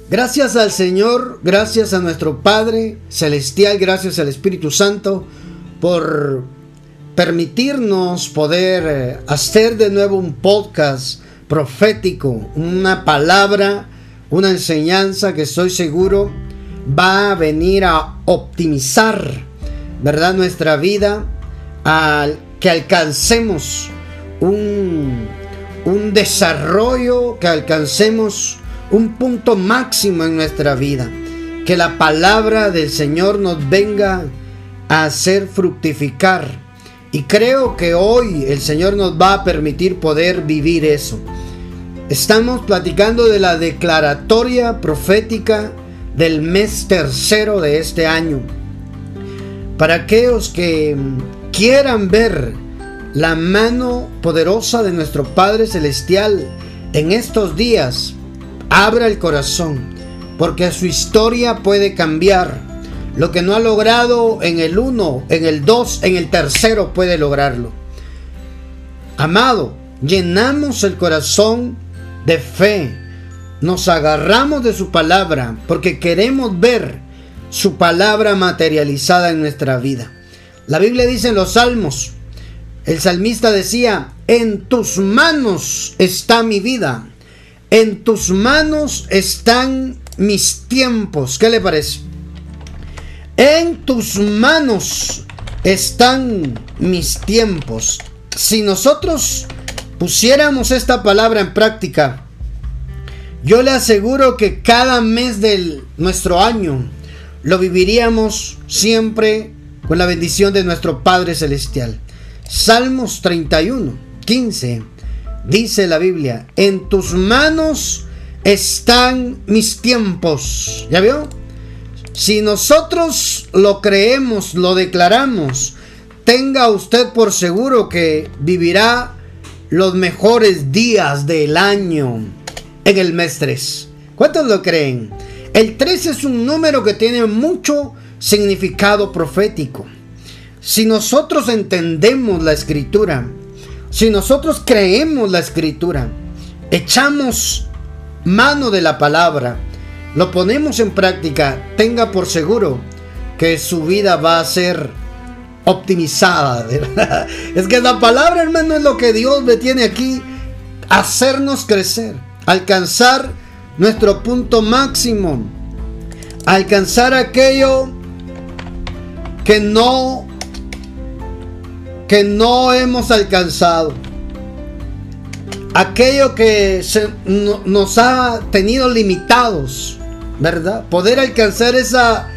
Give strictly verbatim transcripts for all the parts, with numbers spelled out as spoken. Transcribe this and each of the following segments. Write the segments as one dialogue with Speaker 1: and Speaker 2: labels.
Speaker 1: Gracias al Señor, gracias a nuestro Padre Celestial, gracias al Espíritu Santo por permitirnos poder hacer de nuevo un podcast profético, una palabra, una enseñanza que estoy seguro va a venir a optimizar, ¿verdad?, nuestra vida, a que alcancemos un, un desarrollo, que alcancemos un punto máximo en nuestra vida, que la palabra del Señor nos venga a hacer fructificar, y creo que hoy el Señor nos va a permitir poder vivir eso. Estamos platicando de la declaratoria profética del mes tercero de este año. Para aquellos que quieran ver la mano poderosa de nuestro Padre Celestial en estos días, abra el corazón, porque su historia puede cambiar. Lo que no ha logrado en el uno, en el dos, en el tercero puede lograrlo. Amado, llenamos el corazón de fe, nos agarramos de su palabra, porque queremos ver su palabra materializada en nuestra vida. La Biblia dice en los Salmos, el salmista decía: en tus manos está mi vida, en tus manos están mis tiempos. ¿Qué le parece? En tus manos están mis tiempos. Si nosotros pusiéramos esta palabra en práctica, yo le aseguro que cada mes de nuestro año lo viviríamos siempre con la bendición de nuestro Padre Celestial. Salmos treinta y uno, quince. Dice la Biblia: en tus manos están mis tiempos. ¿Ya vio? Si nosotros lo creemos, lo declaramos, tenga usted por seguro que vivirá los mejores días del año en el mes tres. ¿Cuántos lo creen? El tres es un número que tiene mucho significado profético. Si nosotros entendemos la Escritura, si nosotros creemos la Escritura, echamos mano de la palabra, lo ponemos en práctica, tenga por seguro que su vida va a ser optimizada, ¿verdad? Es que la palabra, hermano, es lo que Dios me tiene aquí, hacernos crecer, alcanzar nuestro punto máximo, alcanzar aquello que no que no hemos alcanzado, aquello que se, no, nos ha tenido limitados, ¿verdad? Poder alcanzar esa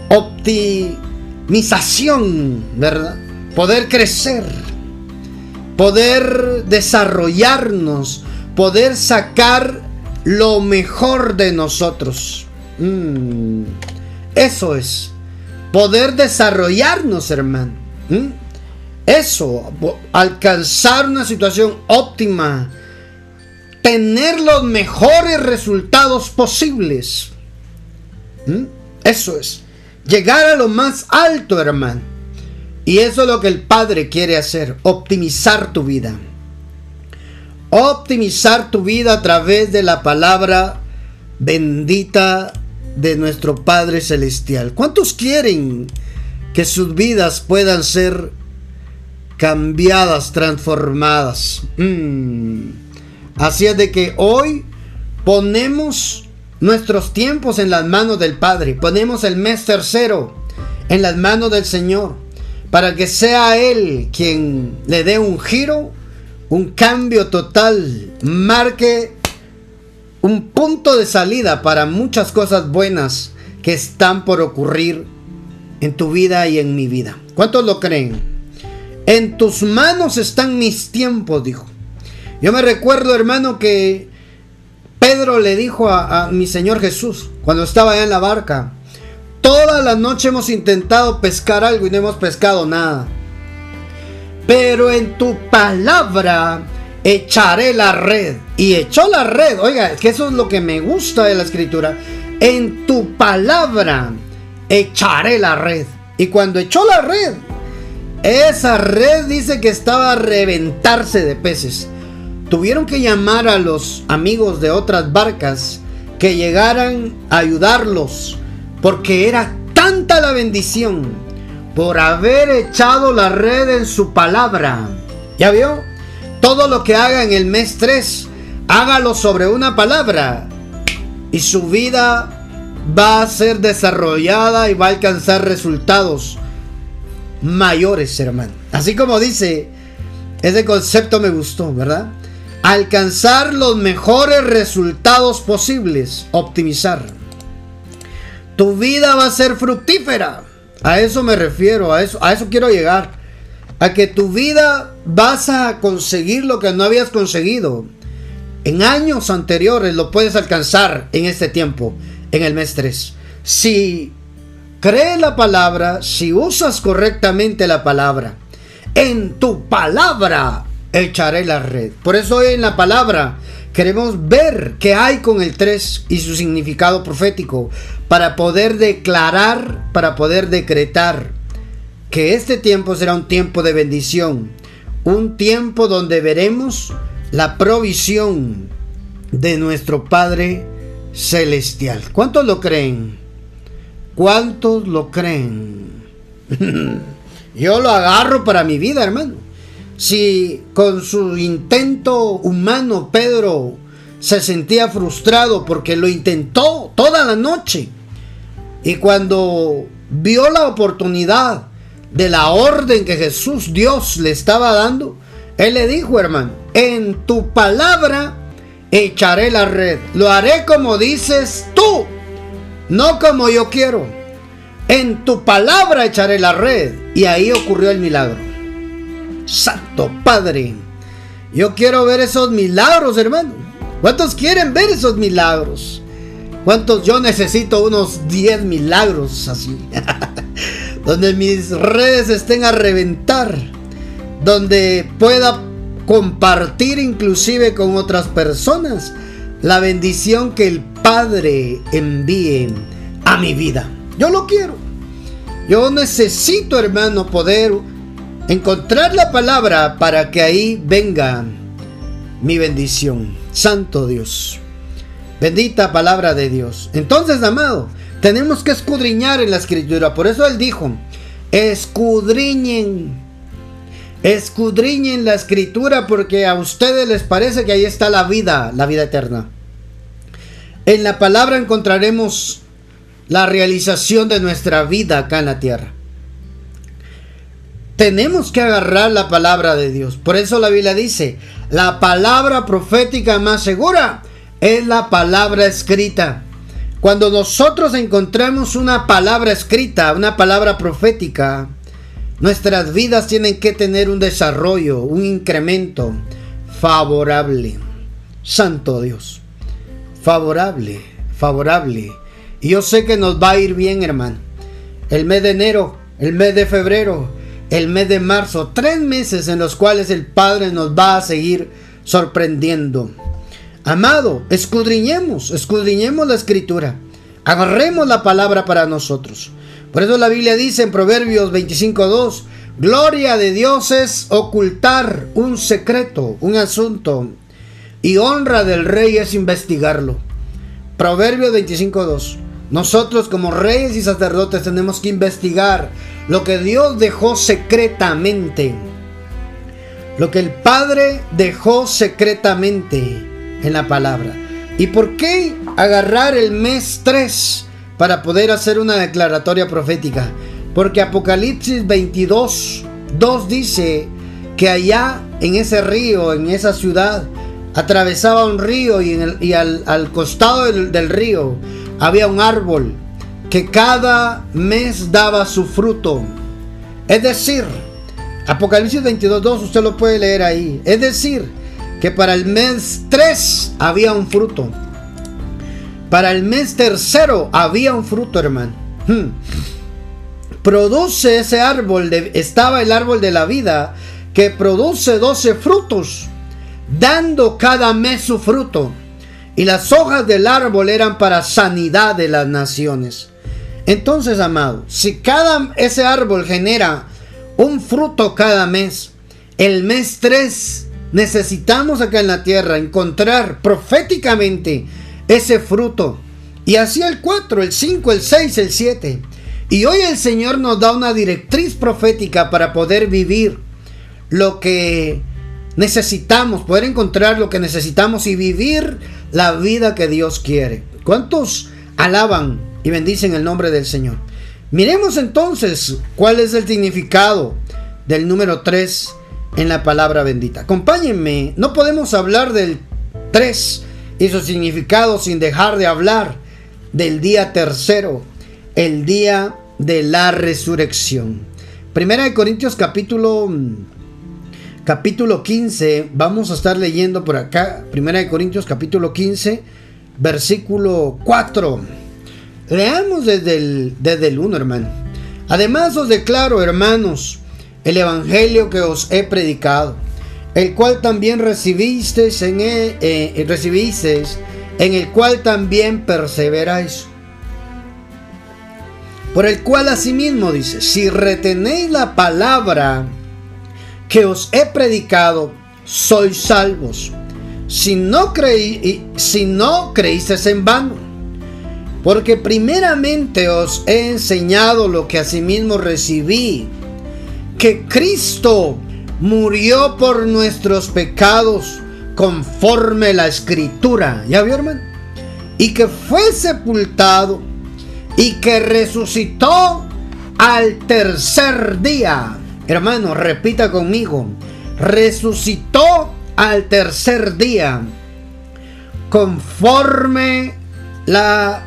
Speaker 1: optimización, ¿verdad? Poder crecer, poder desarrollarnos, poder sacar lo mejor de nosotros. Mm, eso es poder desarrollarnos, hermano. ¿Mm? Eso, alcanzar una situación óptima, tener los mejores resultados posibles. ¿Mm? Eso es, llegar a lo más alto, hermano. Y eso es lo que el Padre quiere hacer, optimizar tu vida. Optimizar tu vida a través de la palabra bendita de nuestro Padre Celestial. ¿Cuántos quieren que sus vidas puedan ser cambiadas, transformadas? Mm. Así es de que hoy ponemos nuestros tiempos en las manos del Padre. Ponemos el mes tercero en las manos del Señor, para que sea Él quien le dé un giro, un cambio total, marque un punto de salida para muchas cosas buenas que están por ocurrir en tu vida y en mi vida. ¿Cuántos lo creen? En tus manos están mis tiempos, dijo. Yo me recuerdo, hermano, que Pedro le dijo a, a mi Señor Jesús, cuando estaba allá en la barca: toda la noche hemos intentado pescar algo y no hemos pescado nada, pero en tu palabra echaré la red. Y echó la red. Oiga, es que eso es lo que me gusta de la Escritura. En tu palabra echaré la red. Y cuando echó la red, esa red dice que estaba a reventarse de peces. Tuvieron que llamar a los amigos de otras barcas que llegaran a ayudarlos, porque era tanta la bendición por haber echado la red en su palabra. ¿Ya vio? Todo lo que haga en el mes tres, hágalo sobre una palabra y su vida va a ser desarrollada y va a alcanzar resultados mayores, hermano. Así como dice, ese concepto me gustó, ¿verdad? Alcanzar los mejores resultados posibles, optimizar. Tu vida va a ser fructífera. A eso me refiero, a eso, a eso quiero llegar. A que tu vida vas a conseguir lo que no habías conseguido en años anteriores, lo puedes alcanzar en este tiempo, en el mes tres. Si crees la palabra, si usas correctamente la palabra, en tu palabra echaré la red. Por eso hoy en la palabra queremos ver qué hay con el tres y su significado profético, para poder declarar, para poder decretar que este tiempo será un tiempo de bendición, un tiempo donde veremos la provisión de nuestro Padre Celestial. ¿Cuántos lo creen? ¿Cuántos lo creen? Yo lo agarro para mi vida, hermano. Si con su intento humano Pedro se sentía frustrado porque lo intentó toda la noche, y cuando vio la oportunidad de la orden que Jesús, Dios, le estaba dando, él le dijo, hermano, en tu palabra echaré la red. Lo haré como dices tú, no como yo quiero. En tu palabra echaré la red. Y ahí ocurrió el milagro. Santo Padre, yo quiero ver esos milagros, hermano. ¿Cuántos quieren ver esos milagros? ¿Cuántos? Yo necesito unos diez milagros así. Donde mis redes estén a reventar, donde pueda compartir inclusive con otras personas la bendición que el Padre envíe a mi vida. Yo lo quiero. Yo necesito, hermano, poder encontrar la palabra para que ahí venga mi bendición. Santo Dios, bendita palabra de Dios. Entonces, amado, tenemos que escudriñar en la Escritura. Por eso Él dijo, escudriñen, escudriñen la Escritura, porque a ustedes les parece que ahí está la vida, la vida eterna. En la palabra encontraremos la realización de nuestra vida acá en la tierra. Tenemos que agarrar la palabra de Dios. Por eso la Biblia dice, la palabra profética más segura es la palabra escrita. Cuando nosotros encontramos una palabra escrita, una palabra profética, nuestras vidas tienen que tener un desarrollo, un incremento favorable. Santo Dios, favorable, favorable. Y yo sé que nos va a ir bien, hermano. El mes de enero, el mes de febrero, el mes de marzo, tres meses en los cuales el Padre nos va a seguir sorprendiendo. Amado, escudriñemos, escudriñemos la Escritura. Agarremos la palabra para nosotros. Por eso la Biblia dice en Proverbios veinticinco dos, gloria de Dios es ocultar un secreto, un asunto, y honra del rey es investigarlo. Proverbios veinticinco dos. Nosotros como reyes y sacerdotes tenemos que investigar lo que Dios dejó secretamente, lo que el Padre dejó secretamente en la palabra. ¿Y por qué agarrar el mes tres para poder hacer una declaratoria profética? Porque Apocalipsis veintidós dos dice que allá en ese río, en esa ciudad, atravesaba un río, y, en el, y al, al costado del, del río había un árbol que cada mes daba su fruto. Es decir, Apocalipsis veintidós dos, usted lo puede leer ahí. Es decir, que para el mes tres había un fruto. Para el mes tercero había un fruto, hermano. Hmm. Produce ese árbol, de, estaba el árbol de la vida, que produce doce frutos, dando cada mes su fruto. Y las hojas del árbol eran para sanidad de las naciones. Entonces, amado, si cada ese árbol genera un fruto cada mes, el mes tres necesitamos acá en la tierra encontrar proféticamente ese fruto. Y así el cuatro, el cinco, el seis, el siete. Y hoy el Señor nos da una directriz profética para poder vivir lo que necesitamos, poder encontrar lo que necesitamos y vivir la vida que Dios quiere. ¿Cuántos alaban y bendicen el nombre del Señor? Miremos entonces cuál es el significado del número tres en la palabra bendita. Acompáñenme, no podemos hablar del tres y su significado sin dejar de hablar del día tercero, el día de la resurrección. Primera de Corintios capítulo capítulo quince, vamos a estar leyendo por acá. Primera de Corintios capítulo quince, versículo cuatro. Leamos desde el, desde el uno, hermano. Además os declaro, hermanos, el evangelio que os he predicado, el cual también recibisteis en el, eh, recibisteis, en el cual también perseveráis, por el cual asimismo dice: si retenéis la palabra que os he predicado, sois salvos, si no creí, si no creísteis en vano. Porque primeramente os he enseñado lo que asimismo recibí, que Cristo murió por nuestros pecados conforme la Escritura. ¿Ya vio, hermano? Y que fue sepultado y que resucitó al tercer día. Hermano, repita conmigo: resucitó al tercer día conforme la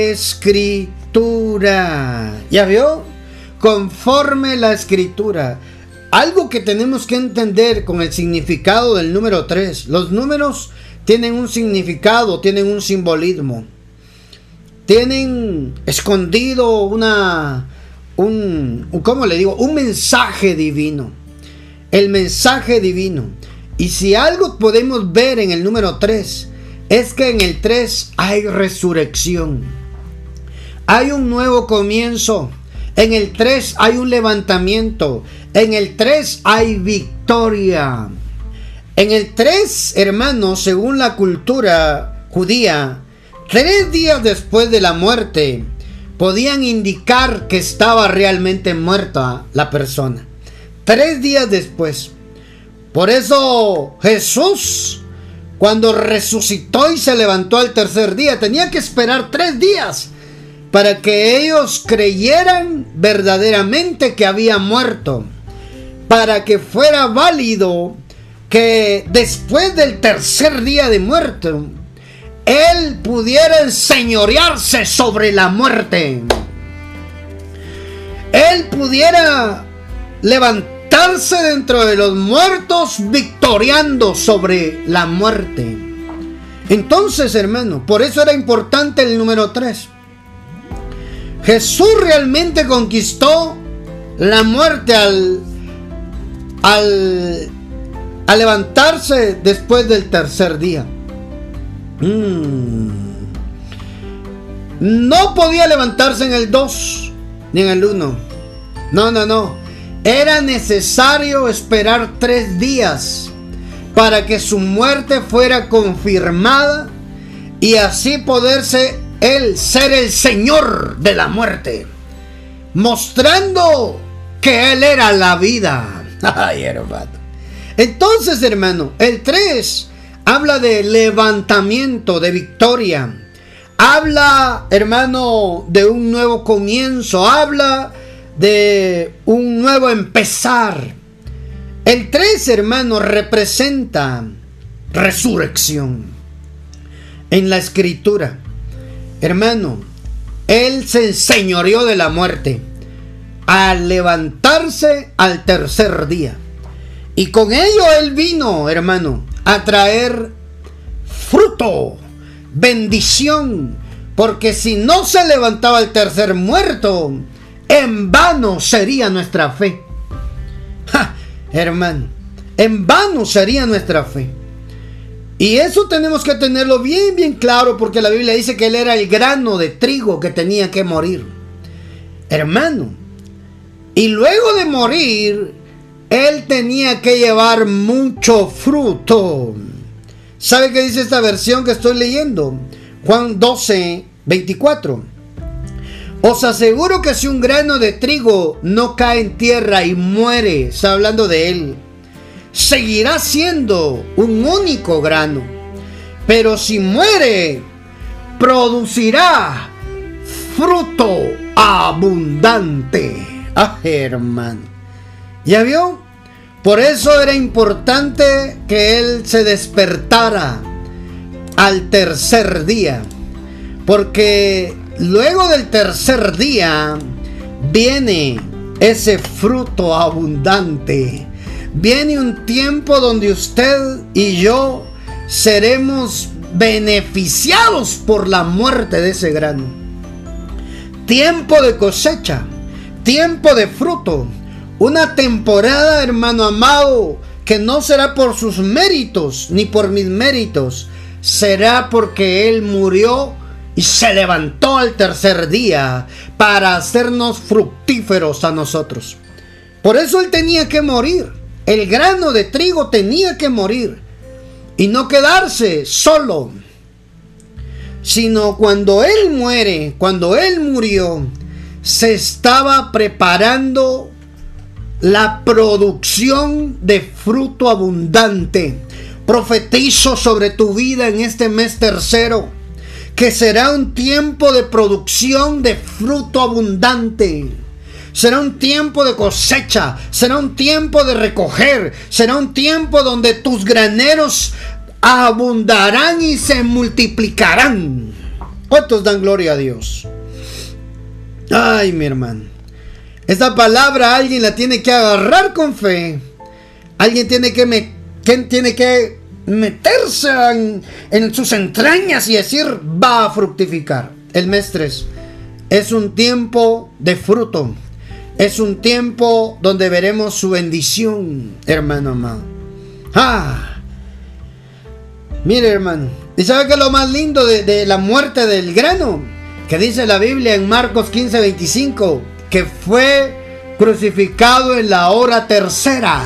Speaker 1: Escritura. ¿Ya vio? Conforme la Escritura. Algo que tenemos que entender con el significado del número tres. Los números tienen un significado, tienen un simbolismo, tienen escondido una, un, ¿cómo le digo? Un mensaje divino. El mensaje divino. Y si algo podemos ver en el número tres, es que en el tres hay resurrección. Hay un nuevo comienzo. En el tres hay un levantamiento. En el tres hay victoria. En el tres, hermanos, según la cultura judía, tres días después de la muerte podían indicar que estaba realmente muerta la persona. Tres días después. Por eso Jesús, cuando resucitó y se levantó al tercer día, tenía que esperar tres días para que ellos creyeran verdaderamente que había muerto, para que fuera válido que después del tercer día de muerte Él pudiera enseñorearse sobre la muerte. Él pudiera levantarse dentro de los muertos victoriando sobre la muerte. Entonces, hermano, por eso era importante el número tres. Jesús realmente conquistó la muerte al, al, al levantarse después del tercer día. Mm. No podía levantarse en el dos ni en el uno. No, no, no. Era necesario esperar tres días para que su muerte fuera confirmada y así poderse Él ser el Señor de la muerte, mostrando que Él era la vida. Ay, hermano. Entonces, hermano, el tres habla de levantamiento, de victoria. Habla, hermano, de un nuevo comienzo. Habla de un nuevo empezar. El tres, hermano, representa resurrección. En la Escritura, hermano, Él se enseñoreó de la muerte al levantarse al tercer día. Y con ello Él vino, hermano, a traer fruto, bendición. Porque si no se levantaba el tercer muerto, en vano sería nuestra fe. ¡Ja! Hermano, en vano sería nuestra fe. Y eso tenemos que tenerlo bien, bien claro, porque la Biblia dice que Él era el grano de trigo que tenía que morir. Hermano, y luego de morir, Él tenía que llevar mucho fruto. ¿Sabe qué dice esta versión que estoy leyendo? Juan doce, veinticuatro. Os aseguro que si un grano de trigo no cae en tierra y muere, está hablando de él, seguirá siendo un único grano. Pero si muere, producirá fruto abundante. Ah, hermano. ¿Ya vio? Por eso era importante que él se despertara al tercer día. Porque luego del tercer día viene ese fruto abundante. Viene un tiempo donde usted y yo seremos beneficiados por la muerte de ese grano. Tiempo de cosecha, tiempo de fruto. Una temporada, hermano amado, que no será por sus méritos ni por mis méritos. Será porque Él murió y se levantó al tercer día para hacernos fructíferos a nosotros. Por eso Él tenía que morir. El grano de trigo tenía que morir y no quedarse solo, sino cuando Él muere, cuando Él murió, se estaba preparando la producción de fruto abundante. Profetizo sobre tu vida en este mes tercero que será un tiempo de producción de fruto abundante. Será un tiempo de cosecha, será un tiempo de recoger, será un tiempo donde tus graneros abundarán y se multiplicarán. ¿Cuántos dan gloria a Dios? Ay, mi hermano, esta palabra alguien la tiene que agarrar con fe. Alguien tiene que, me, ¿quién tiene que meterse en, en sus entrañas y decir, va a fructificar. El mes tres es un tiempo de fruto. Es un tiempo donde veremos su bendición, hermano amado. Ah, mire, hermano, ¿y sabe qué es lo más lindo de, de la muerte del grano? Que dice la Biblia en Marcos quince, veinticinco, que fue crucificado en la hora tercera.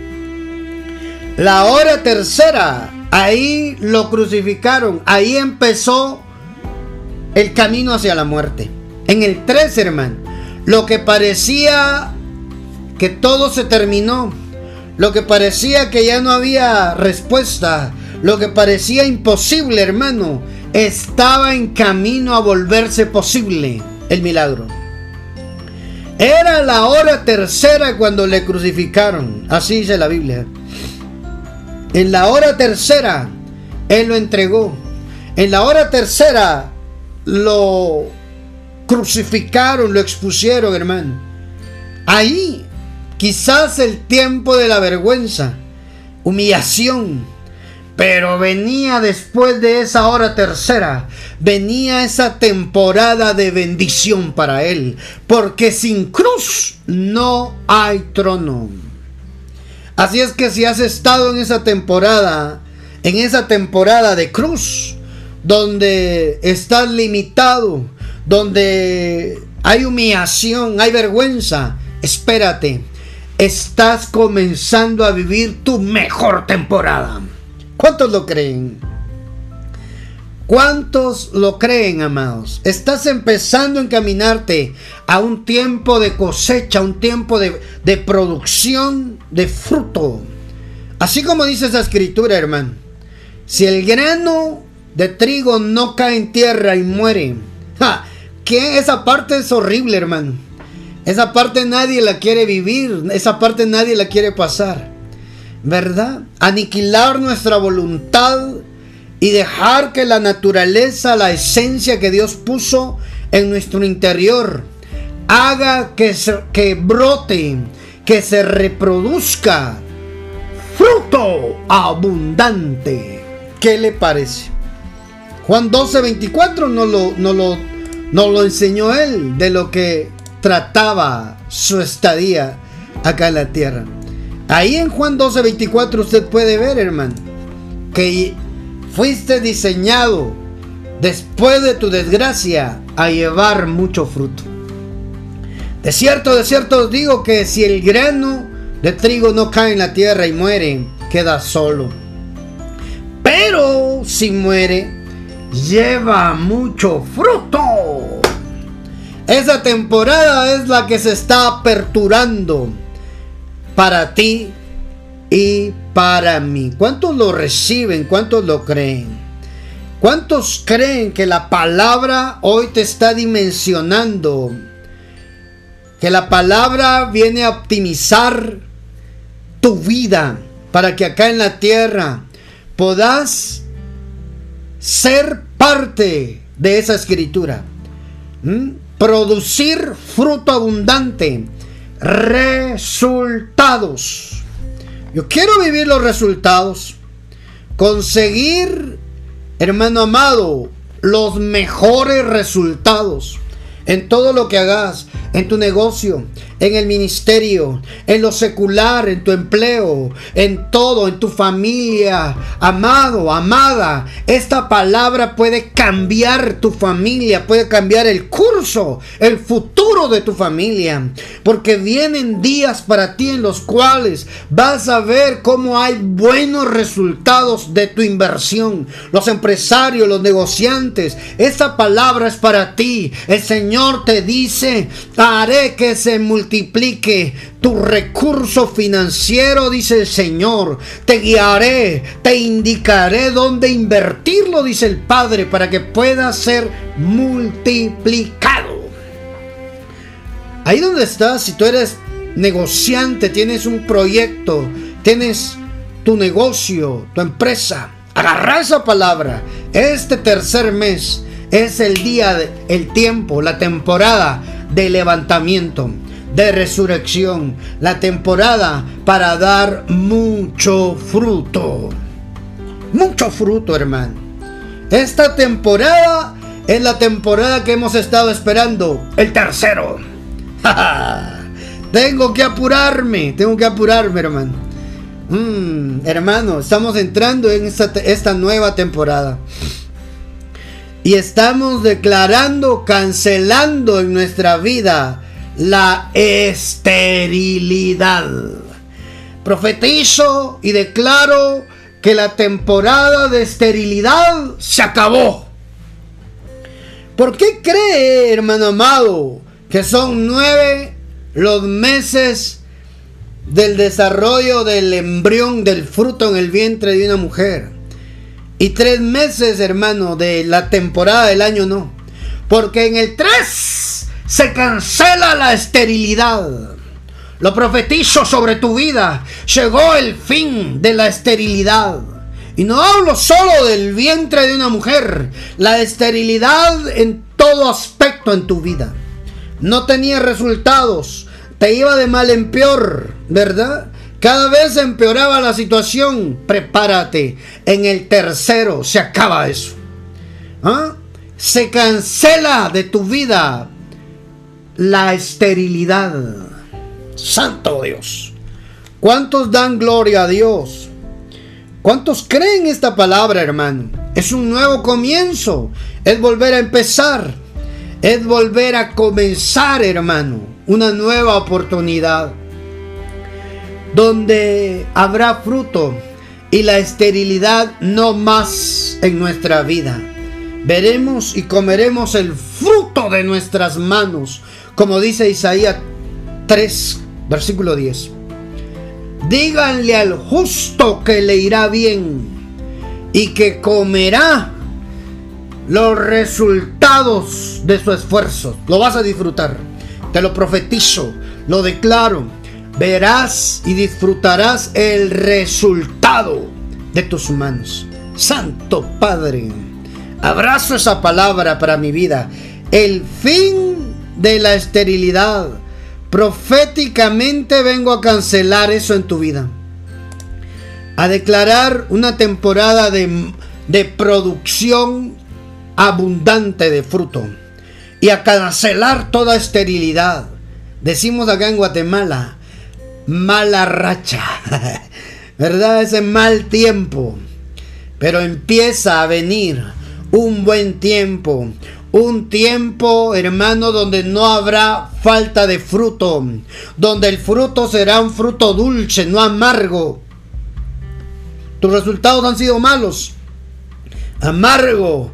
Speaker 1: La hora tercera, ahí lo crucificaron, ahí empezó el camino hacia la muerte. En el tres, hermano, lo que parecía que todo se terminó, lo que parecía que ya no había respuesta, lo que parecía imposible, hermano, estaba en camino a volverse posible el milagro. Era la hora tercera cuando le crucificaron, así dice la Biblia. En la hora tercera Él lo entregó. En la hora tercera lo crucificaron, lo expusieron, hermano. Ahí quizás el tiempo de la vergüenza, humillación, pero venía después de esa hora tercera, venía esa temporada de bendición para él, porque sin cruz no hay trono. Así es que si has estado en esa temporada, en esa temporada de cruz, donde estás limitado, donde hay humillación, hay vergüenza, espérate, estás comenzando a vivir tu mejor temporada. ¿Cuántos lo creen? ¿Cuántos lo creen, amados? Estás empezando a encaminarte a un tiempo de cosecha, un tiempo de, de producción de fruto. Así como dice esa escritura, hermano. Si el grano de trigo no cae en tierra y muere, ¡ja! Que esa parte es horrible, hermano. Esa parte nadie la quiere vivir, esa parte nadie la quiere pasar, ¿verdad? Aniquilar nuestra voluntad y dejar que la naturaleza, la esencia que Dios puso en nuestro interior, haga que, se, que brote, que se reproduzca fruto abundante. ¿Qué le parece? Juan doce, veinticuatro nos lo, no lo, no lo enseñó él, de lo que trataba su estadía acá en la tierra. Ahí en Juan doce, veinticuatro usted puede ver, hermano, que fuiste diseñado después de tu desgracia a llevar mucho fruto. De cierto, de cierto os digo que si el grano de trigo no cae en la tierra y muere, queda solo. Pero si muere, lleva mucho fruto. Esa temporada es la que se está aperturando para ti y para mí. ¿Cuántos lo reciben? ¿Cuántos lo creen? ¿Cuántos creen que la palabra hoy te está dimensionando? Que la palabra viene a optimizar tu vida para que acá en la tierra puedas ser parte de esa escritura. ¿Mm? Producir fruto abundante. Resultados. Yo quiero vivir los resultados. Conseguir, hermano amado, los mejores resultados en todo lo que hagas, en tu negocio, en el ministerio, en lo secular, en tu empleo, en todo, en tu familia. Amado, amada, esta palabra puede cambiar tu familia, puede cambiar el curso, el futuro de tu familia, porque vienen días para ti en los cuales vas a ver cómo hay buenos resultados de tu inversión. Los empresarios, los negociantes, esta palabra es para ti. El Señor te dice: haré que se multiplique tu recurso financiero, dice el Señor. Te guiaré, te indicaré dónde invertirlo, dice el Padre, para que pueda ser multiplicado. Ahí donde estás, si tú eres negociante, tienes un proyecto, tienes tu negocio, tu empresa, agarra esa palabra. Este tercer mes es el día, el tiempo, la temporada de levantamiento, de resurrección, la temporada para dar mucho fruto. Mucho fruto, hermano. Esta temporada es la temporada que hemos estado esperando, el tercero. Tengo que apurarme, tengo que apurarme, hermano. Mm, hermano, estamos entrando en esta, esta nueva temporada. Y estamos declarando, cancelando en nuestra vida la esterilidad. Profetizo y declaro que la temporada de esterilidad se acabó. ¿Por qué cree, hermano amado, que son nueve los meses del desarrollo del embrión, del fruto en el vientre de una mujer? Y tres meses, hermano, de la temporada del año no. Porque en el tres se cancela la esterilidad. Lo profetizo sobre tu vida. Llegó el fin de la esterilidad. Y no hablo solo del vientre de una mujer. La esterilidad en todo aspecto en tu vida. No tenía resultados. Te iba de mal en peor, ¿verdad? Cada vez empeoraba la situación. Prepárate. En el tercero se acaba eso. ¿Ah? Se cancela de tu vida la esterilidad. Santo Dios. ¿Cuántos dan gloria a Dios? ¿Cuántos creen esta palabra, hermano? Es un nuevo comienzo. Es volver a empezar. Es volver a comenzar, hermano. Una nueva oportunidad. Donde habrá fruto y la esterilidad no más en nuestra vida. Veremos y comeremos el fruto de nuestras manos, como dice Isaías tres, versículo diez. Díganle al justo que le irá bien y que comerá los resultados de su esfuerzo. Lo vas a disfrutar. Te lo profetizo, lo declaro. Verás y disfrutarás el resultado de tus manos. Santo Padre, abrazo esa palabra para mi vida. El fin de la esterilidad. Proféticamente vengo a cancelar eso en tu vida. A declarar una temporada de, de producción abundante de fruto. Y a cancelar toda esterilidad. Decimos acá en Guatemala, mala racha, ¿verdad? Ese mal tiempo. Pero empieza a venir un buen tiempo. Un tiempo, hermano, donde no habrá falta de fruto. Donde el fruto será un fruto dulce, no amargo. Tus resultados han sido malos. Amargo.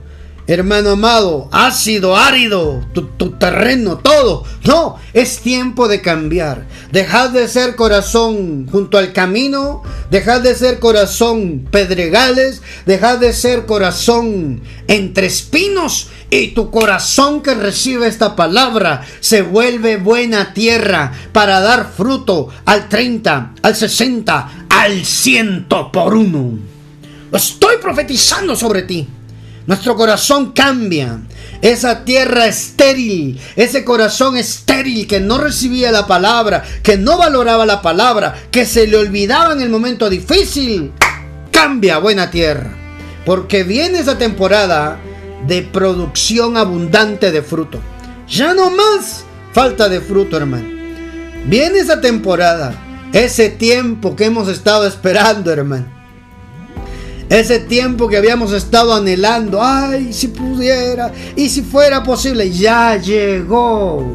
Speaker 1: hermano amado, ácido, árido, tu, tu terreno, todo. No, es tiempo de cambiar. Dejad de ser corazón junto al camino, dejad de ser corazón pedregales, dejad de ser corazón entre espinos, y tu corazón que recibe esta palabra se vuelve buena tierra para dar fruto al treinta, al sesenta, al ciento por uno. Lo estoy profetizando sobre ti. Nuestro corazón cambia. Esa tierra estéril, ese corazón estéril que no recibía la palabra, que no valoraba la palabra, que se le olvidaba en el momento difícil, cambia a buena tierra. Porque viene esa temporada de producción abundante de fruto. Ya no más falta de fruto, hermano. Viene esa temporada, ese tiempo que hemos estado esperando, hermano. Ese tiempo que habíamos estado anhelando. Ay, si pudiera, y si fuera posible. Ya llegó.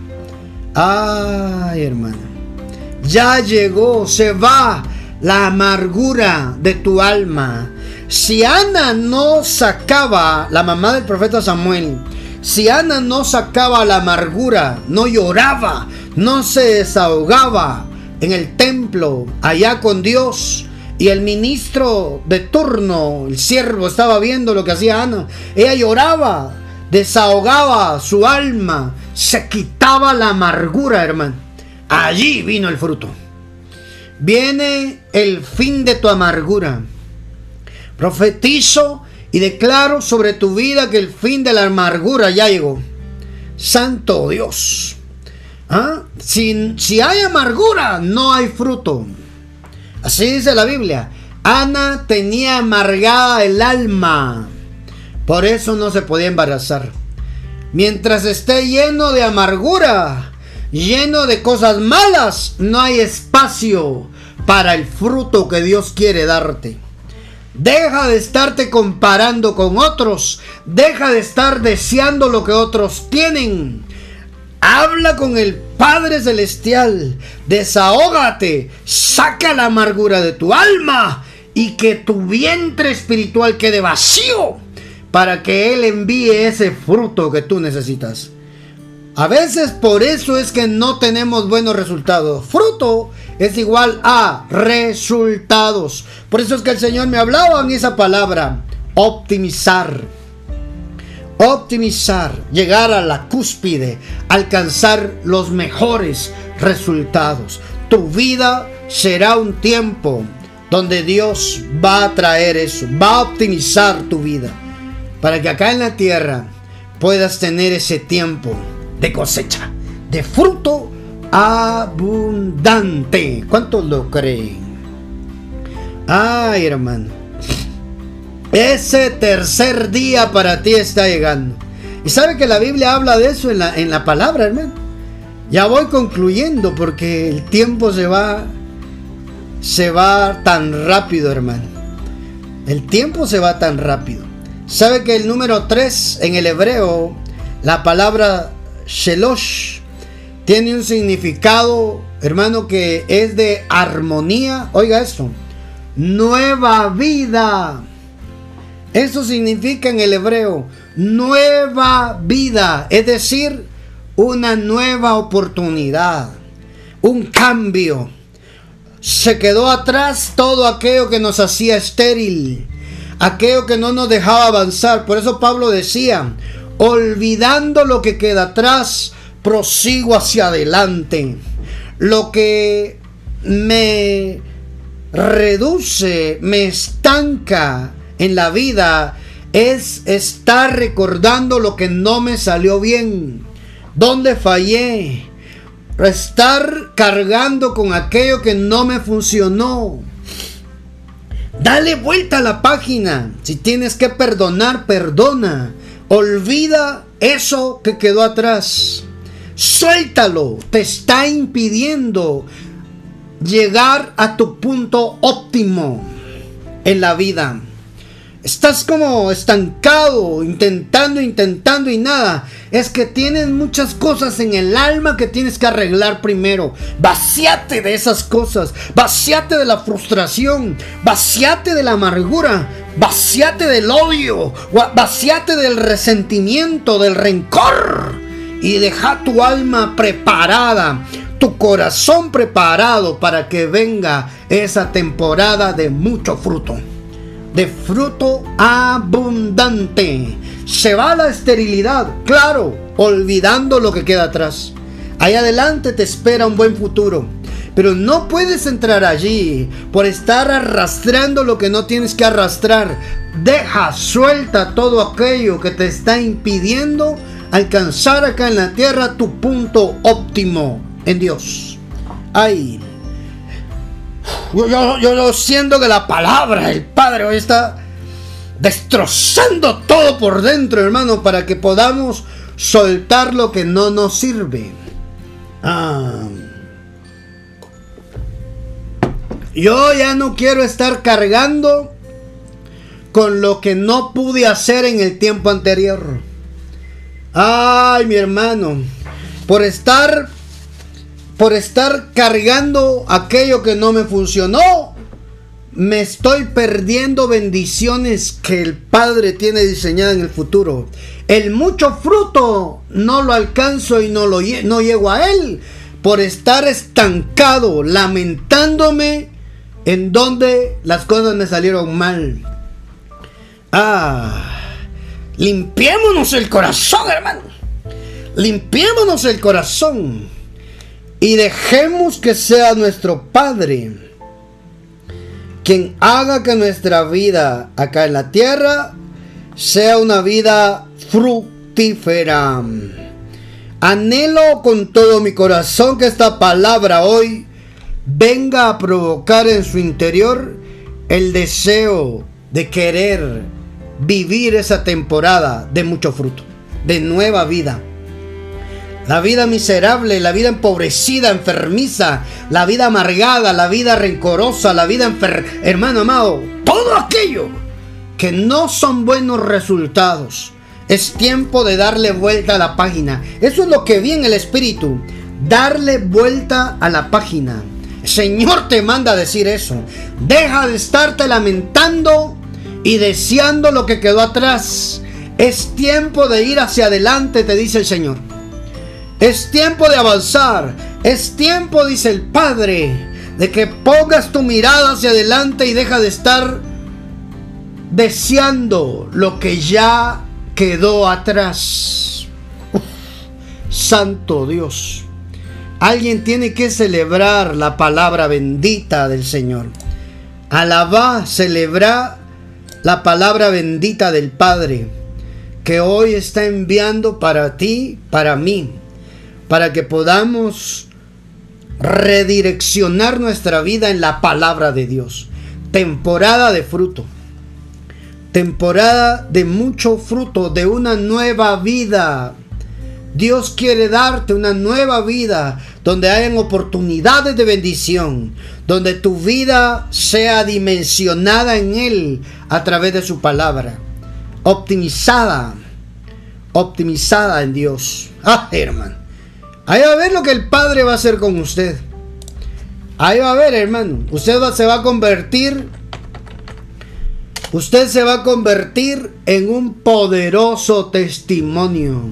Speaker 1: Ay, hermano, ya llegó. Se va la amargura de tu alma. Si Ana no sacaba, la mamá del profeta Samuel, si Ana no sacaba la amargura, no lloraba, no se desahogaba en el templo allá con Dios, y el ministro de turno, el siervo, estaba viendo lo que hacía Ana, ella lloraba, desahogaba su alma, se quitaba la amargura, hermano. Allí vino el fruto. Viene el fin de tu amargura. Profetizo y declaro sobre tu vida que el fin de la amargura ya llegó. Santo Dios. ¿Ah? Si, si hay amargura, no hay fruto. Así dice la Biblia. Ana tenía amargada el alma. Por eso no se podía embarazar. Mientras esté lleno de amargura, lleno de cosas malas, no hay espacio para el fruto que Dios quiere darte. Deja de estarte comparando con otros. Deja de estar deseando lo que otros tienen. Habla con el Padre Celestial. Desahógate. Saca la amargura de tu alma y que tu vientre espiritual quede vacío para que Él envíe ese fruto que tú necesitas. A veces por eso es que no tenemos buenos resultados. Fruto es igual a resultados. Por eso es que el Señor me hablaba en esa palabra: optimizar. Optimizar, llegar a la cúspide, alcanzar los mejores resultados. Tu vida será un tiempo donde Dios va a traer eso, va a optimizar tu vida, para que acá en la tierra puedas tener ese tiempo de cosecha, de fruto abundante. ¿Cuántos lo creen? Ay, hermano, ese tercer día para ti está llegando. Y sabe que la Biblia habla de eso en la, en la palabra, hermano. Ya voy concluyendo porque el tiempo se va, se va tan rápido, hermano. El tiempo se va tan rápido. Sabe que el número tres en el hebreo, la palabra Shelosh, tiene un significado, hermano, que es de armonía. Oiga esto: nueva vida. Eso significa en el hebreo nueva vida, es decir, una nueva oportunidad, un cambio. Se quedó atrás todo aquello que nos hacía estéril, aquello que no nos dejaba avanzar. Por eso Pablo decía: olvidando lo que queda atrás, prosigo hacia adelante. Lo que me reduce, me estanca en la vida es estar recordando lo que no me salió bien, dónde fallé, estar cargando con aquello que no me funcionó. Dale vuelta a la página. Si tienes que perdonar, perdona. Olvida eso que quedó atrás. Suéltalo. Te está impidiendo llegar a tu punto óptimo en la vida. estás como estancado, intentando, intentando y nada. Es que tienes muchas cosas en el alma que tienes que arreglar primero. Vacíate de esas cosas. Vacíate de la frustración. Vacíate de la amargura. Vacíate del odio. Vacíate del resentimiento, del rencor. Y deja tu alma preparada, tu corazón preparado para que venga esa temporada de mucho fruto. De fruto abundante. Se va la esterilidad, claro, olvidando lo que queda atrás. Ahí adelante te espera un buen futuro, pero no puedes entrar allí por estar arrastrando lo que no tienes que arrastrar. Deja, suelta todo aquello que te está impidiendo alcanzar acá en la tierra tu punto óptimo en Dios. Ay, Yo, yo, yo siento que la palabra, el Padre hoy está destrozando todo por dentro, hermano, para que podamos soltar lo que no nos sirve. Ah. Yo ya no quiero estar cargando con lo que no pude hacer en el tiempo anterior. Ay, mi hermano, por estar... Por estar cargando aquello que no me funcionó, me estoy perdiendo bendiciones que el Padre tiene diseñadas en el futuro. El mucho fruto no lo alcanzo y no, lo, no llego a él por estar estancado, lamentándome en donde las cosas me salieron mal. Ah, limpiémonos el corazón, hermano. Limpiémonos el corazón. Y dejemos que sea nuestro Padre quien haga que nuestra vida acá en la tierra sea una vida fructífera. Anhelo con todo mi corazón que esta palabra hoy venga a provocar en su interior el deseo de querer vivir esa temporada de mucho fruto, de nueva vida. La vida miserable, la vida empobrecida, enfermiza, la vida amargada, la vida rencorosa, la vida enfer... Hermano amado, todo aquello que no son buenos resultados. Es tiempo de darle vuelta a la página. Eso es lo que vi en el Espíritu. Darle vuelta a la página. El Señor te manda a decir eso. Deja de estarte lamentando y deseando lo que quedó atrás. Es tiempo de ir hacia adelante, te dice el Señor. Es tiempo de avanzar. Es tiempo, dice el Padre, de que pongas tu mirada hacia adelante y deja de estar deseando lo que ya quedó atrás. Uf, santo Dios. Alguien tiene que celebrar la palabra bendita del Señor. Alabá, celebrar la palabra bendita del Padre que hoy está enviando para ti, para mí, para que podamos redireccionar nuestra vida en la palabra de Dios. Temporada de fruto. Temporada de mucho fruto, de una nueva vida. Dios quiere darte una nueva vida donde hayan oportunidades de bendición, donde tu vida sea dimensionada en Él a través de su palabra. Optimizada. Optimizada en Dios. Ah, hermano. Ahí va a ver lo que el Padre va a hacer con usted. Ahí va a ver, hermano. Usted va, se va a convertir. Usted se va a convertir en un poderoso testimonio.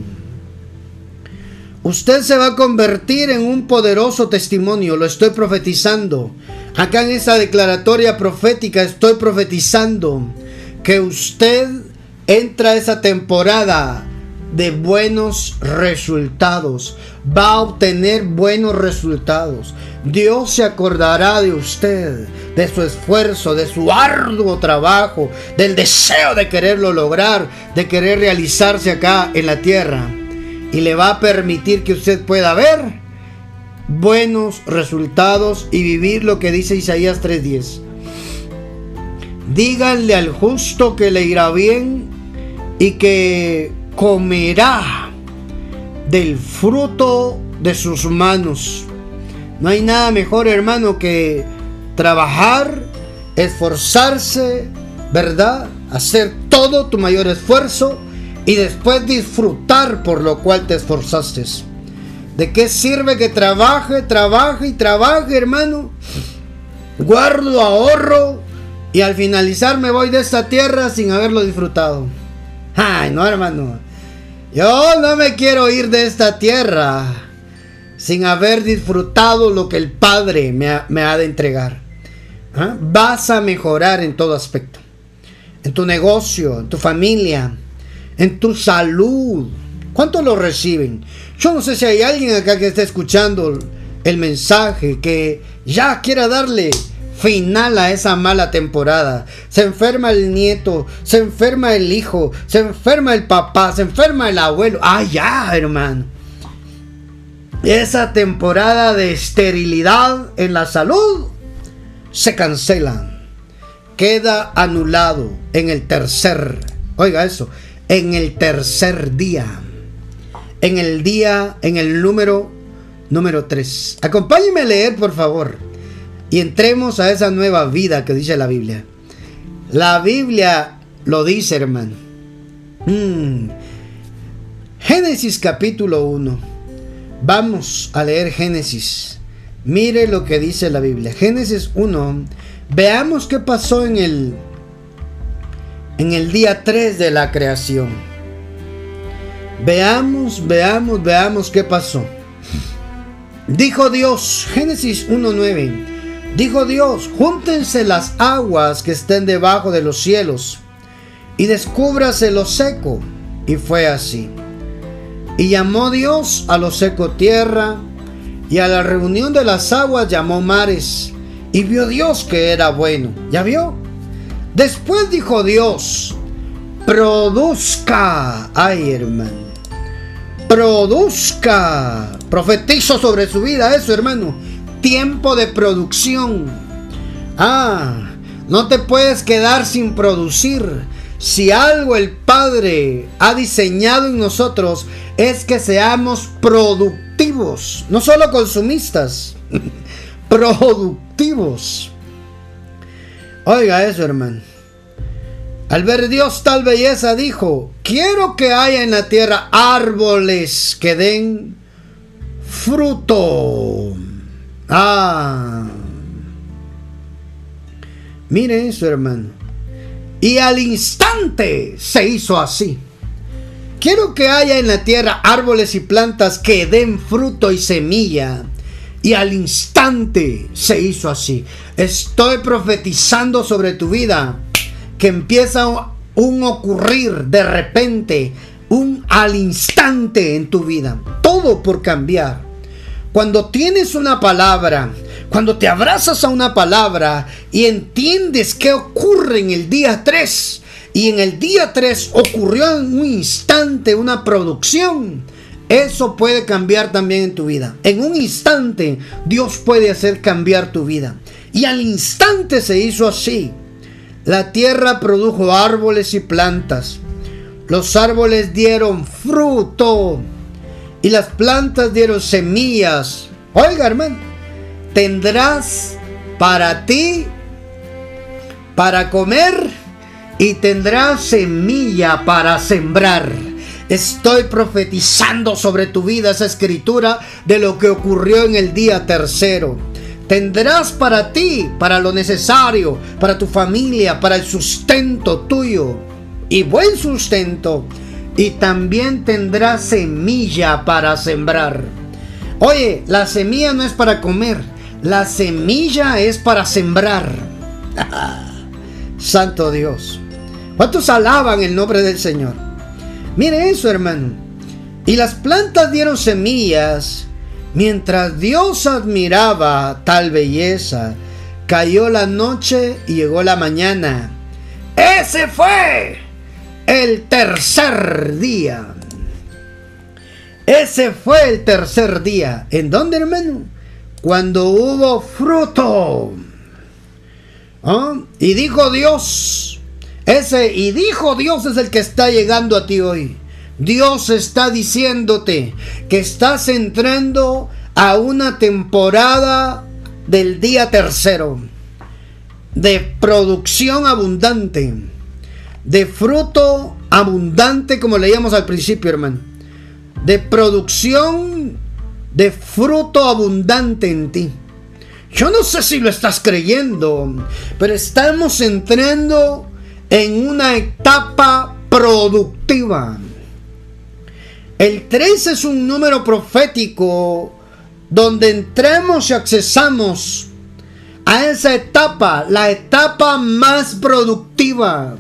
Speaker 1: Usted se va a convertir en un poderoso testimonio. Lo estoy profetizando. Acá en esta declaratoria profética estoy profetizando que usted entra a esa temporada de buenos resultados. Va a obtener buenos resultados. Dios se acordará de usted, de su esfuerzo, de su arduo trabajo, del deseo de quererlo lograr, de querer realizarse acá en la tierra, y le va a permitir que usted pueda ver buenos resultados y vivir lo que dice Isaías tres diez. Díganle al justo que le irá bien y que comerá del fruto de sus manos. No hay nada mejor, hermano, que trabajar, esforzarse, ¿verdad? hacer todo tu mayor esfuerzo y después disfrutar por lo cual te esforzaste. ¿De qué sirve que trabaje, trabaje y trabaje, hermano? Guardo, ahorro y al finalizar me voy de esta tierra sin haberlo disfrutado. Ay, no, hermano. Yo no me quiero ir de esta tierra sin haber disfrutado lo que el Padre me ha, me ha de entregar. ¿Ah? Vas a mejorar en todo aspecto. En tu negocio, en tu familia, en tu salud. ¿Cuántos lo reciben? Yo no sé si hay alguien acá que esté escuchando el mensaje que ya quiera darle final a esa mala temporada. Se enferma el nieto, se enferma el hijo, se enferma el papá, se enferma el abuelo. Ah, ya, hermano. Esa temporada de esterilidad en la salud se cancela. Queda anulado en el tercer, oiga eso, en el tercer día. En el día, en el número, número tres. Acompáñenme a leer, por favor. Y entremos a esa nueva vida que dice la Biblia. La Biblia lo dice, hermano. Hmm. Génesis capítulo uno. Vamos a leer Génesis. Mire lo que dice la Biblia. Génesis uno. Veamos qué pasó en el, en el día tres de la creación. Veamos, veamos, veamos qué pasó. Dijo Dios, Génesis uno nueve. Dijo Dios, júntense las aguas que estén debajo de los cielos y descúbrase lo seco. Y fue así. Y llamó Dios a lo seco tierra, y a la reunión de las aguas llamó mares. Y vio Dios que era bueno. ¿Ya vio? Después dijo Dios, produzca. Ay, hermano. Produzca. Profetizo sobre su vida eso, hermano. Tiempo de producción. Ah, no te puedes quedar sin producir. Si algo el Padre ha diseñado en nosotros es que seamos productivos, no solo consumistas, productivos. Oiga eso, hermano. Al ver Dios tal belleza dijo, quiero que haya en la tierra árboles que den fruto. Ah, mire eso, hermano. Y al instante se hizo así. Quiero que haya en la tierra árboles y plantas que den fruto y semilla. Y al instante se hizo así. Estoy profetizando sobre tu vida que empieza un ocurrir de repente, un al instante en tu vida. Todo por cambiar. Cuando tienes una palabra, cuando te abrazas a una palabra y entiendes qué ocurre en el día tres, y en el día tres ocurrió en un instante una producción, eso puede cambiar también en tu vida. En un instante Dios puede hacer cambiar tu vida. Y al instante se hizo así. La tierra produjo árboles y plantas. Los árboles dieron fruto y las plantas dieron semillas. Oiga, hermano, tendrás para ti, para comer, y tendrás semilla para sembrar. Estoy profetizando sobre tu vida esa escritura de lo que ocurrió en el día tercero. Tendrás para ti, para lo necesario, para tu familia, para el sustento tuyo, y buen sustento. Y también tendrás semilla para sembrar. Oye, la semilla no es para comer, la semilla es para sembrar. Santo Dios. ¿Cuántos alaban el nombre del Señor? Mire eso, hermano. Y las plantas dieron semillas. Mientras Dios admiraba tal belleza, cayó la noche y llegó la mañana. Ese fue el tercer día. Ese fue el tercer día. ¿En dónde, hermano? Cuando hubo fruto. ¿Oh? Y dijo Dios. Ese y dijo Dios es el que está llegando a ti hoy. Dios está diciéndote que estás entrando a una temporada del día tercero de producción abundante. de fruto abundante, como leíamos al principio, hermano, de producción de fruto abundante en ti. Yo no sé si lo estás creyendo, pero estamos entrando en una etapa productiva. El tres es un número profético donde entremos y accesamos a esa etapa, la etapa más productiva.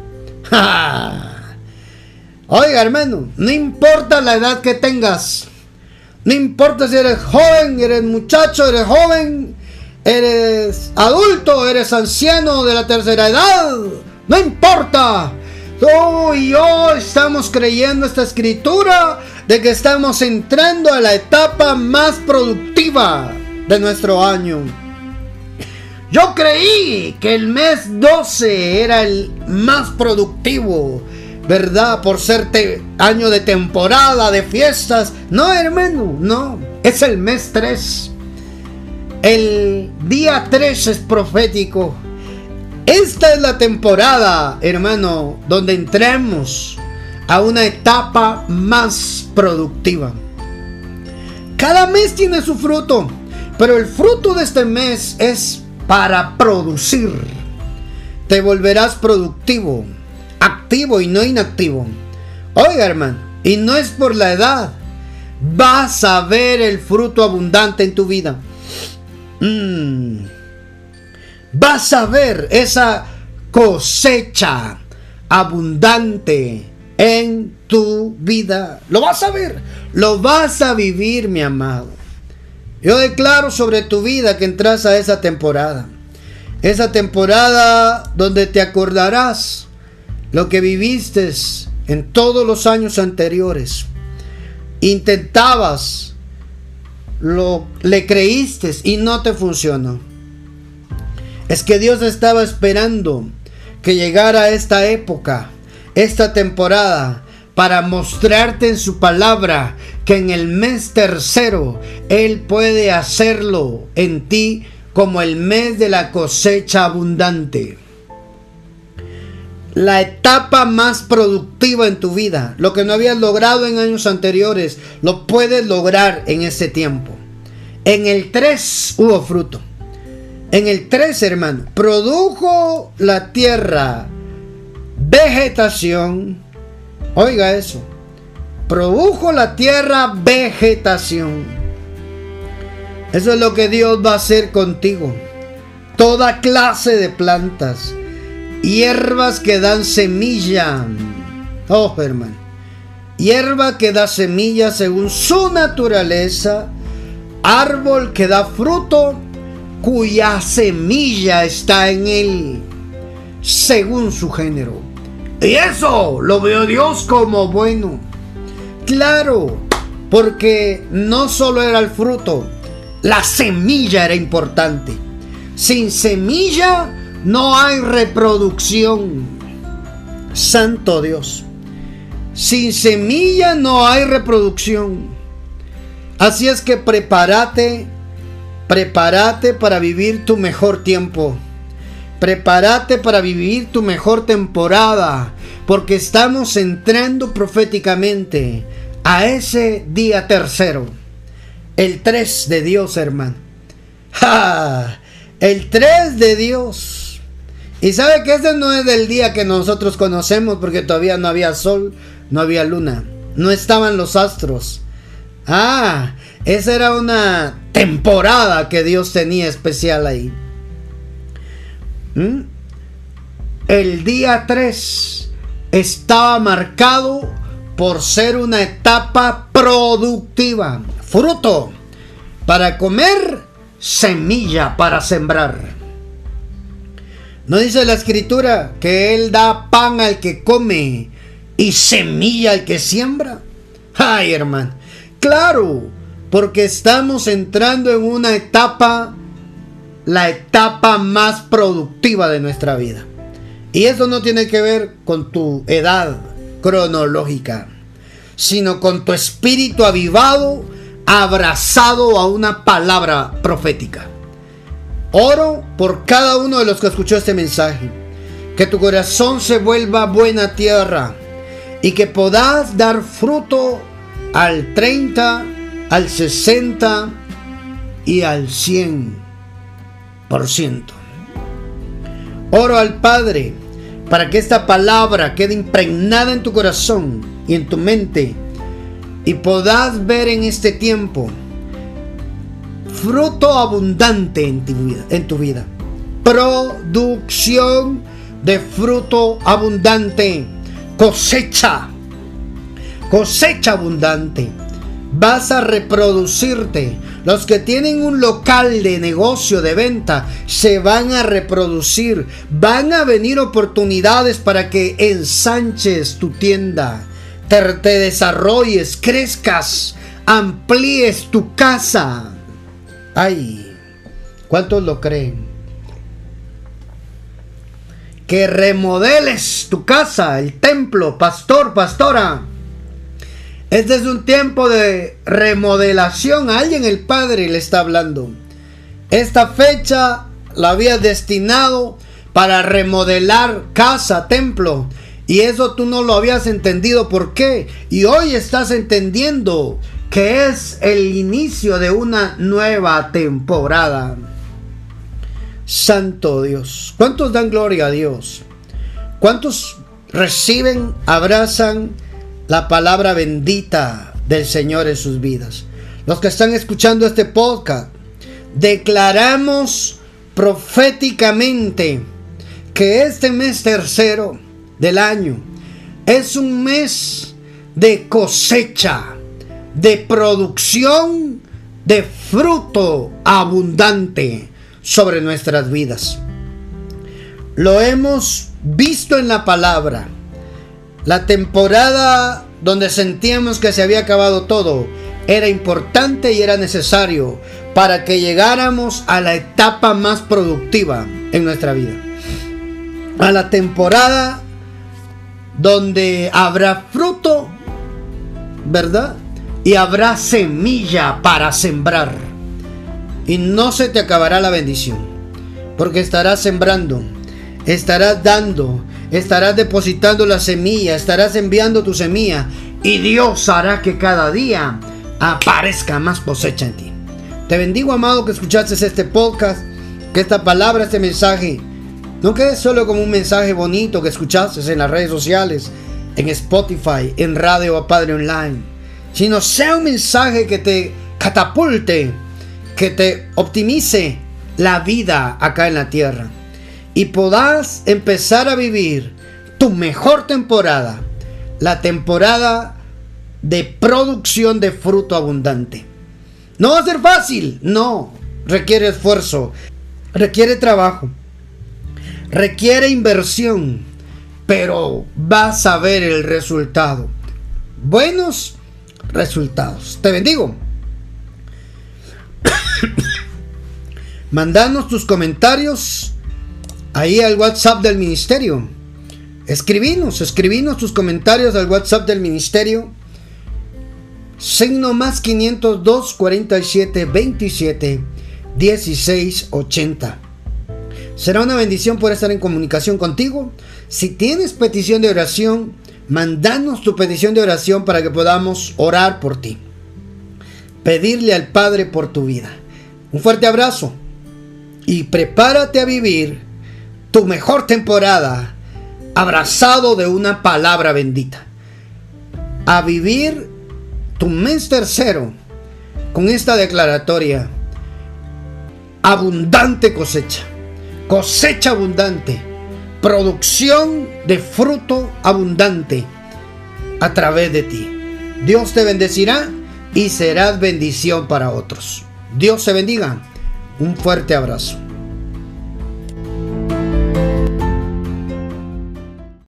Speaker 1: Oiga, hermano, no importa la edad que tengas, no importa si eres joven, eres muchacho, eres joven, eres adulto, eres anciano de la tercera edad, no importa. Tú y yo estamos creyendo esta escritura de que estamos entrando a la etapa más productiva de nuestro año. Yo creí que el mes doce era el más productivo, ¿verdad? Por ser te- año de temporada, de fiestas. No, hermano, no. Es el mes tres. El día tres es profético. Esta es la temporada, hermano, donde entremos a una etapa más productiva. Cada mes tiene su fruto, pero el fruto de este mes es para producir. Te volverás productivo, activo y no inactivo. Oiga, hermano, y no es por la edad. Vas a ver el fruto abundante en tu vida. Mm. Vas a ver esa cosecha abundante en tu vida. Lo vas a ver, lo vas a vivir, mi amado. Yo declaro sobre tu vida que entras a esa temporada. Esa temporada donde te acordarás lo que viviste en todos los años anteriores. Intentabas, lo, le creíste y no te funcionó. Es que Dios estaba esperando que llegara esta época, esta temporada, para mostrarte en su palabra que en el mes tercero Él puede hacerlo en ti como el mes de la cosecha abundante. La etapa más productiva en tu vida, lo que no habías logrado en años anteriores, lo puedes lograr en ese tiempo. En el tres hubo fruto. En el tres, hermano, produjo la tierra vegetación. Oiga eso. Produjo la tierra vegetación. Eso es lo que Dios va a hacer contigo. Toda clase de plantas, hierbas que dan semilla. Oh, hermano. Hierba que da semilla según su naturaleza. Árbol que da fruto, cuya semilla está en él, según su género. Y eso lo veo Dios como bueno. Claro, porque no solo era el fruto, la semilla era importante. Sin semilla no hay reproducción. Santo Dios. Sin semilla no hay reproducción. Así es que prepárate. Prepárate para vivir tu mejor tiempo. Prepárate para vivir tu mejor temporada. Porque estamos entrando proféticamente a ese día tercero. El tres de Dios, hermano. ¡Ja! El tres de Dios. Y sabe que ese no es del día que nosotros conocemos, porque todavía no había sol, no había luna, no estaban los astros. Ah, esa era una temporada que Dios tenía especial ahí. ¿Mm? El día tres estaba marcado por ser una etapa productiva. Fruto para comer, semilla para sembrar. ¿No dice la escritura que Él da pan al que come y semilla al que siembra? Ay, hermano. Claro, porque estamos entrando en una etapa, la etapa más productiva de nuestra vida. Y eso no tiene que ver con tu edad cronológica, sino con tu espíritu avivado, abrazado a una palabra profética. Oro por cada uno de los que escuchó este mensaje, que tu corazón se vuelva buena tierra y que podás dar fruto al treinta, al sesenta y al cien por ciento. Oro al Padre para que esta palabra quede impregnada en tu corazón y en tu mente y podás ver en este tiempo fruto abundante en tu vida, en tu vida. Producción de fruto abundante, cosecha, cosecha abundante. Vas a reproducirte. Los que tienen un local de negocio, de venta, se van a reproducir. Van a venir oportunidades para que ensanches tu tienda, te, te desarrolles, crezcas, amplíes tu casa. Ay, ¿cuántos lo creen? Que remodeles tu casa, el templo, pastor, pastora. Este es un tiempo de remodelación. A alguien el Padre le está hablando. Esta fecha la había destinado para remodelar casa, templo. Y eso tú no lo habías entendido. ¿Por qué? Y hoy estás entendiendo que es el inicio de una nueva temporada. Santo Dios. ¿Cuántos dan gloria a Dios? ¿Cuántos reciben, abrazan la palabra bendita del Señor en sus vidas? Los que están escuchando este podcast, declaramos proféticamente que este mes tercero del año es un mes de cosecha, de producción, de fruto abundante sobre nuestras vidas. Lo hemos visto en la palabra. La temporada donde sentíamos que se había acabado todo era importante y era necesario para que llegáramos a la etapa más productiva en nuestra vida. A la temporada donde habrá fruto, ¿verdad? Y habrá semilla para sembrar. Y no se te acabará la bendición, porque estarás sembrando, estarás dando, estarás depositando la semilla, estarás enviando tu semilla, y Dios hará que cada día aparezca más cosecha en ti. Te bendigo, amado, que escuchaste este podcast, que esta palabra, este mensaje, no quede solo como un mensaje bonito que escuchaste en las redes sociales, en Spotify, en Radio a Padre Online, sino sea un mensaje que te catapulte, que te optimice la vida acá en la tierra y podás empezar a vivir tu mejor temporada, la temporada de producción de fruto abundante. No va a ser fácil, no, requiere esfuerzo, requiere trabajo, requiere inversión, pero vas a ver el resultado, buenos resultados. Te bendigo. Mandanos tus comentarios ahí al WhatsApp del ministerio. Escribinos, escribinos tus comentarios al WhatsApp del ministerio. Signo más quinientos dos, cuarenta y siete, veintisiete, dieciséis, ochenta. Será una bendición poder estar en comunicación contigo. Si tienes petición de oración, mandanos tu petición de oración para que podamos orar por ti. Pedirle al Padre por tu vida. Un fuerte abrazo y prepárate a vivir tu mejor temporada abrazado de una palabra bendita. A vivir tu mes tercero con esta declaratoria: abundante cosecha, cosecha abundante, producción de fruto abundante a través de ti. Dios te bendecirá y serás bendición para otros. Dios te bendiga. Un fuerte abrazo.